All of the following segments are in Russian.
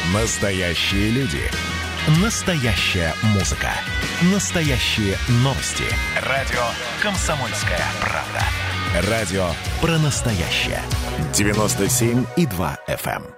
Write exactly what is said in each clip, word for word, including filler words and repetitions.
Настоящие люди. Настоящая музыка. Настоящие новости. Радио «Комсомольская правда». Радио про настоящее. девяносто семь и два эф эм.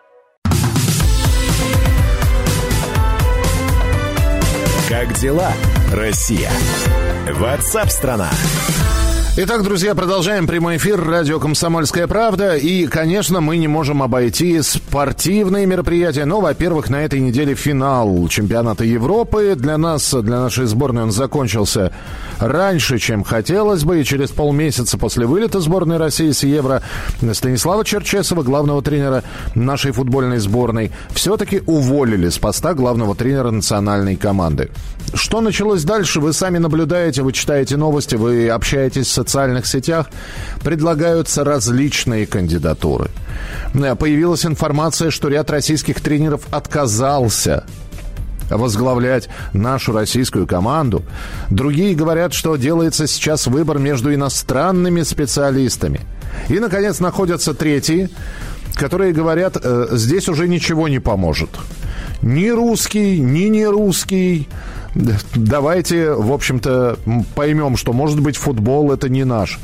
Как дела, Россия? Ватсап-страна! Итак, друзья, продолжаем прямой эфир. Радио «Комсомольская правда». И, конечно, мы не можем обойти спортивные мероприятия. Но, во-первых, на этой неделе финал чемпионата Европы. Для нас, для нашей сборной он закончился раньше, чем хотелось бы. И через полмесяца после вылета сборной России с Евро Станислава Черчесова, главного тренера нашей футбольной сборной, все-таки уволили с поста главного тренера национальной команды. Что началось дальше, вы сами наблюдаете, вы читаете новости, вы общаетесь с в социальных сетях. Предлагаются различные кандидатуры. Появилась информация, что ряд российских тренеров отказался возглавлять нашу российскую команду. Другие говорят, что делается сейчас выбор между иностранными специалистами. И, наконец, находятся третьи, которые говорят, здесь уже ничего не поможет. Ни русский, ни не русский. Давайте, в общем-то, поймем, что, может быть, футбол – это не наш.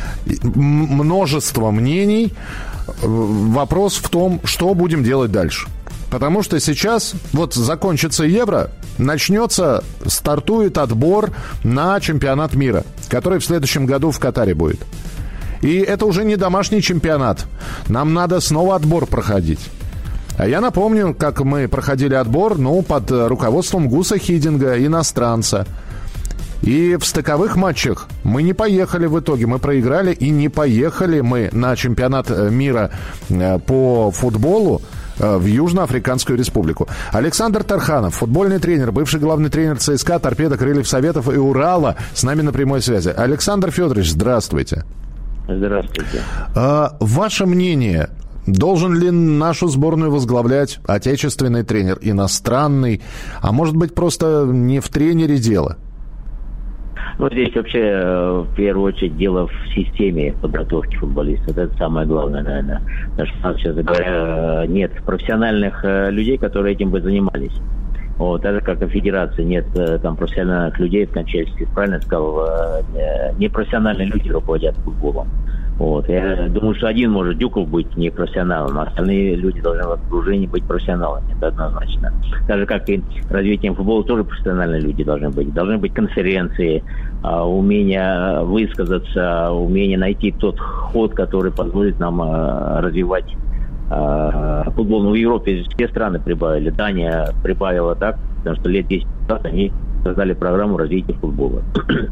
Множество мнений. Вопрос в том, что будем делать дальше. Потому что сейчас, вот закончится Евро, начнется, стартует отбор на чемпионат мира, который в следующем году в Катаре будет. И это уже не домашний чемпионат. Нам надо снова отбор проходить. А я напомню, как мы проходили отбор, ну, под руководством Гуса Хиддинга, иностранца. И в стыковых матчах мы не поехали в итоге, мы проиграли, и не поехали мы на чемпионат мира по футболу в Южноафриканскую республику. Александр Тарханов, футбольный тренер, бывший главный тренер ЦСКА, Торпедо, Крыльев Советов и Урала, с нами на прямой связи. Александр Федорович, здравствуйте. Здравствуйте. А, ваше мнение... Должен ли нашу сборную возглавлять отечественный тренер, иностранный? А может быть, просто не в тренере дело? Ну, здесь вообще, в первую очередь, дело в системе подготовки футболистов. Это самое главное, наверное. Потому что у нас, честно говоря, нет профессиональных людей, которые этим бы занимались. Вот, так же, как и в федерации, нет там профессиональных людей, в кончательстве, правильно сказал, непрофессиональные люди руководят футболом. Вот. Я думаю, что один может Дюков быть непрофессионалом, а остальные люди должны в окружении быть профессионалами. Это однозначно. Так же, как и развитием футбола, тоже профессиональные люди должны быть. Должны быть конференции, умение высказаться, умение найти тот ход, который позволит нам развивать футбол. Ну, в Европе все страны прибавили. Дания прибавила так, потому что лет десять назад они создали программу развития футбола.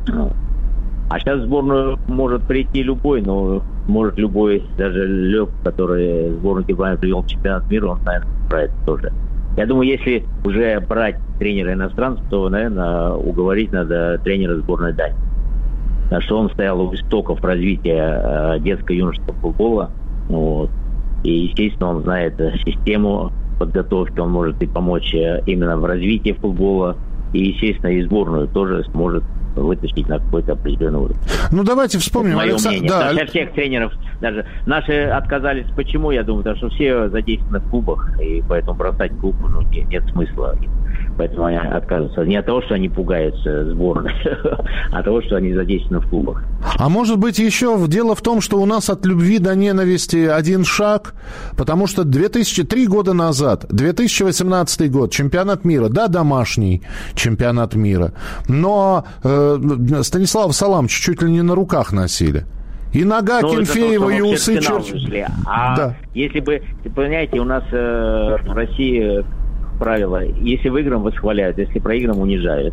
А сейчас в сборную может прийти любой, но может любой, даже Лев, который сборную Германии привел в чемпионат мира, он, наверное, про это тоже. Я думаю, если уже брать тренера иностранцев, то, наверное, уговорить надо тренера сборной Дании. Потому что он стоял у истоков развития детско-юношеского футбола. Вот. И, естественно, он знает систему подготовки, он может и помочь именно в развитии футбола. И, естественно, и сборную тоже сможет вытащить на какой-то определенный уровень. Ну, давайте вспомним, Александр. Да. Даже всех тренеров, даже наши отказались. Почему? Я думаю, потому что все задействованы в клубах, и поэтому бросать клуб ну, нет смысла. Поэтому они отказываются. Не от того, что они пугаются сборной, а от того, что они задействованы в клубах. А может быть, еще дело в том, что у нас от любви до ненависти один шаг, потому что две тысячи три года назад, две тысячи восемнадцатый год, чемпионат мира, да, домашний чемпионат мира, но э, Станислава Саламовича чуть ли не на руках носили. И нога ну, Кенфеева, и усы Черчилля. А да. Если бы, понимаете, у нас э, в России правило, если выиграем, восхваляют, если проиграем, унижают.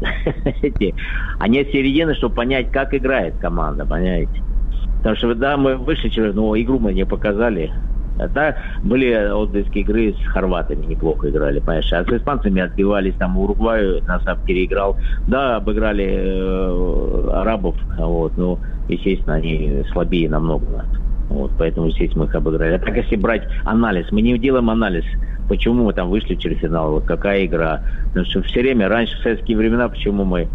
А нет середины, чтобы понять, как играет команда, понимаете? Потому что, да, мы вышли через, но игру мы не показали. Да, были отблески игры с хорватами, неплохо играли, понимаешь? А с испанцами отбивались, там Уругвай нас переиграл. Да, обыграли э, арабов, вот, но, естественно, они слабее намного нас. Вот, поэтому, естественно, мы их обыграли. А так, если брать анализ, мы не делаем анализ, почему мы там вышли через финал, вот какая игра. Потому что все время, раньше в советские времена, почему мы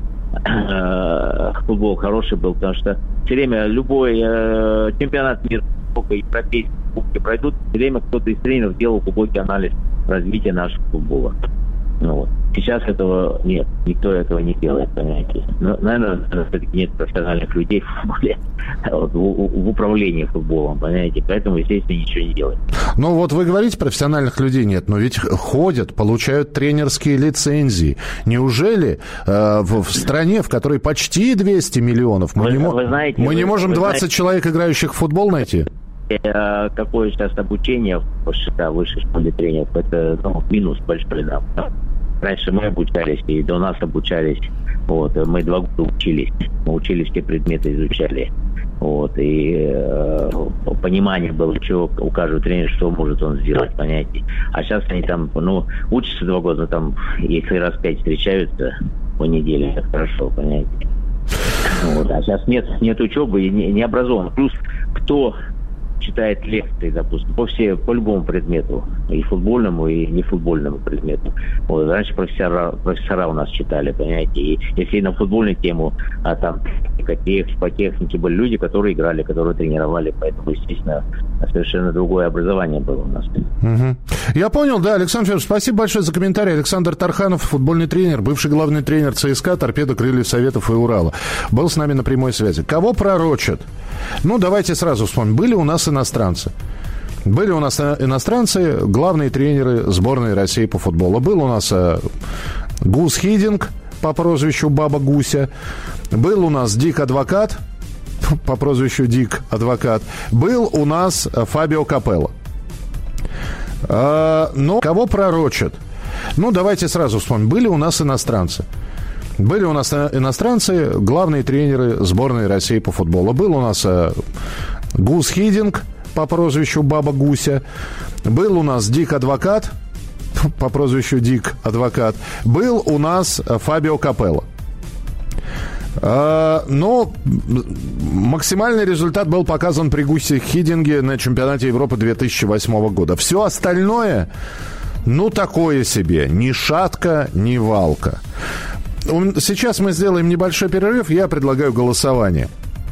э, футбол хороший был, потому что все время любой э, чемпионат мира, европейский, кубки пройдут, все время кто-то из тренеров делал глубокий анализ развития нашего футбола. Ну, вот. Сейчас этого нет, никто этого не делает, понимаете. Но, наверное, все-таки нет профессиональных людей в футболе, вот, в, в управлении футболом, понимаете, поэтому, естественно, ничего не делать. Ну вот вы говорите, профессиональных людей нет, но ведь ходят, получают тренерские лицензии. Неужели э, в, в стране, в которой почти двести миллионов, мы, вы, не, мо- вы знаете, мы вы, не можем двадцать знаете, человек, играющих в футбол, найти? Какое сейчас обучение в США, высшей школе тренеров, это ну, минус большой нам. Раньше мы обучались, и до нас обучались. Вот, мы два года учились. Мы учились, все предметы изучали. Вот, и э, понимание было, что у каждого тренера, что может он сделать, понимаете. А сейчас они там, ну, учатся два года, там, если раз пять встречаются по неделе, это хорошо, понимаете. Вот, а сейчас нет, нет учебы и не, не образован. Плюс кто читает лекции, допустим, по, все, по любому предмету, и футбольному, и нефутбольному предмету. Вот, раньше профессора, профессора у нас читали, понимаете, и если на футбольную тему, а там по технике были люди, которые играли, которые тренировали, поэтому, естественно, совершенно другое образование было у нас. Угу. Я понял, да, Александр Федорович, спасибо большое за комментарий. Александр Тарханов, футбольный тренер, бывший главный тренер ЦСКА, Торпедо, Крыльев Советов и Урала, был с нами на прямой связи. Кого пророчат? Ну, давайте сразу вспомним. Были у нас иностранцы. Были у нас иностранцы, главные тренеры сборной России по футболу. Был у нас э, Гус Хидинг по прозвищу Баба Гуся. Был у нас Дик Адвокат по прозвищу Дик Адвокат. Был у нас Фабио Капелло. Э, но кого пророчат? Ну, давайте сразу вспомним. Были у нас иностранцы. Были у нас иностранцы, главные тренеры сборной России по футболу. Был у нас э, Гус Хидинг по прозвищу Баба Гуся. Был у нас Дик Адвокат по прозвищу Дик Адвокат. Был у нас Фабио Капелло. Э, но максимальный результат был показан при Гусе Хидинге на чемпионате Европы две тысячи восьмого года. Все остальное, ну, такое себе. Ни шатка, ни валка. Сейчас мы сделаем небольшой перерыв. Я предлагаю голосование.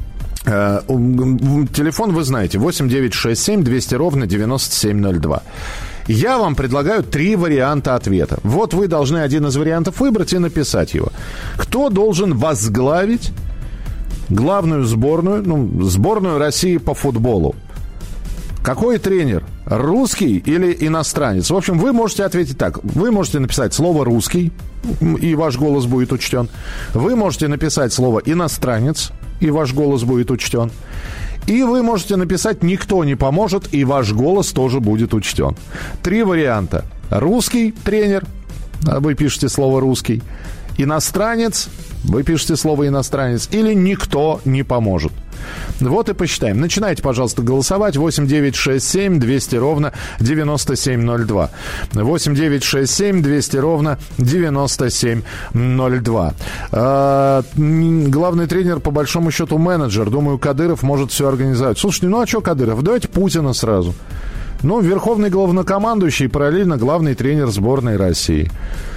Телефон вы знаете. восемь девятьсот шестьдесят семь двести ровно девяносто семь ноль два. Я вам предлагаю три варианта ответа. Вот вы должны один из вариантов выбрать и написать его. Кто должен возглавить главную сборную, ну, сборную России по футболу? Какой тренер? Русский или иностранец? В общем, вы можете ответить так. Вы можете написать слово «русский», и ваш голос будет учтен. Вы можете написать слово «иностранец», и ваш голос будет учтен. И вы можете написать «никто не поможет», и ваш голос тоже будет учтен. Три варианта. Русский тренер, вы пишете слово «русский». Иностранец, вы пишете слово «иностранец». Или «никто не поможет». Вот и посчитаем. Начинайте, пожалуйста, голосовать. восемь девятьсот шестьдесят семь двести ровно девяносто семь ноль два. восемь девятьсот шестьдесят семь двести ровно девяносто семь ноль два. А, главный тренер, по большому счету, менеджер. Думаю, Кадыров может все организовать. Слушайте, ну а что Кадыров? Давайте Путина сразу. Ну, верховный главнокомандующий, параллельно главный тренер сборной России.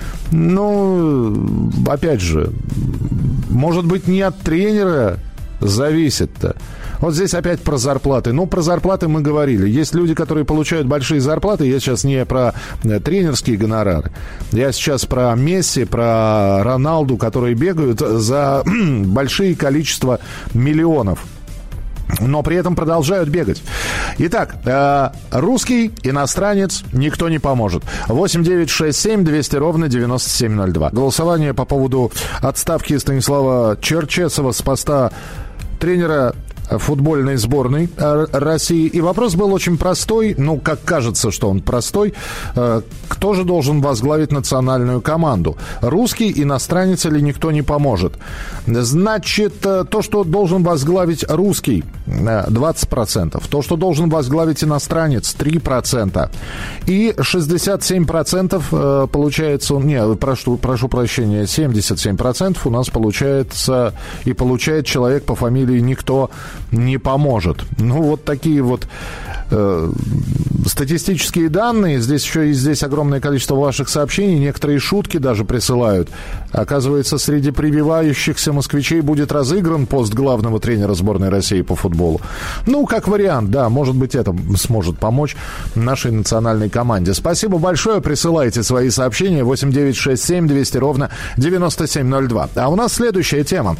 Ну, опять же, может быть, не от тренера зависит-то. Вот здесь опять про зарплаты. Ну, про зарплаты мы говорили. Есть люди, которые получают большие зарплаты. Я сейчас не про тренерские гонорары. Я сейчас про Месси, про Роналду, которые бегают за большие количество миллионов. Но при этом продолжают бегать. Итак, э, русский, иностранец, никто не поможет. восемь девятьсот шестьдесят семь двести ровно девяносто семь ноль два. Голосование по поводу отставки Станислава Черчесова с поста тренера футбольной сборной России. И вопрос был очень простой, ну, как кажется, что он простой. Кто же должен возглавить национальную команду? Русский, иностранец или никто не поможет? Значит, то, что должен возглавить русский, двадцать процентов. То, что должен возглавить иностранец, три процента. И шестьдесят семь процентов получается... Не, прошу, прошу прощения, семьдесят семь процентов у нас получается... И получает человек по фамилии «Никто не поможет». Ну, вот такие вот э, статистические данные. Здесь еще и здесь огромное количество ваших сообщений. Некоторые шутки даже присылают. Оказывается, среди прививающихся москвичей будет разыгран пост главного тренера сборной России по футболу. Ну, как вариант, да, может быть, это сможет помочь нашей национальной команде. Спасибо большое. Присылайте свои сообщения. восемь девять шесть семь двести ровно девяносто семь ноль два. А у нас следующая тема.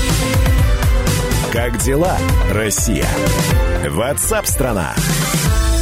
Как дела, Россия? WhatsApp-страна.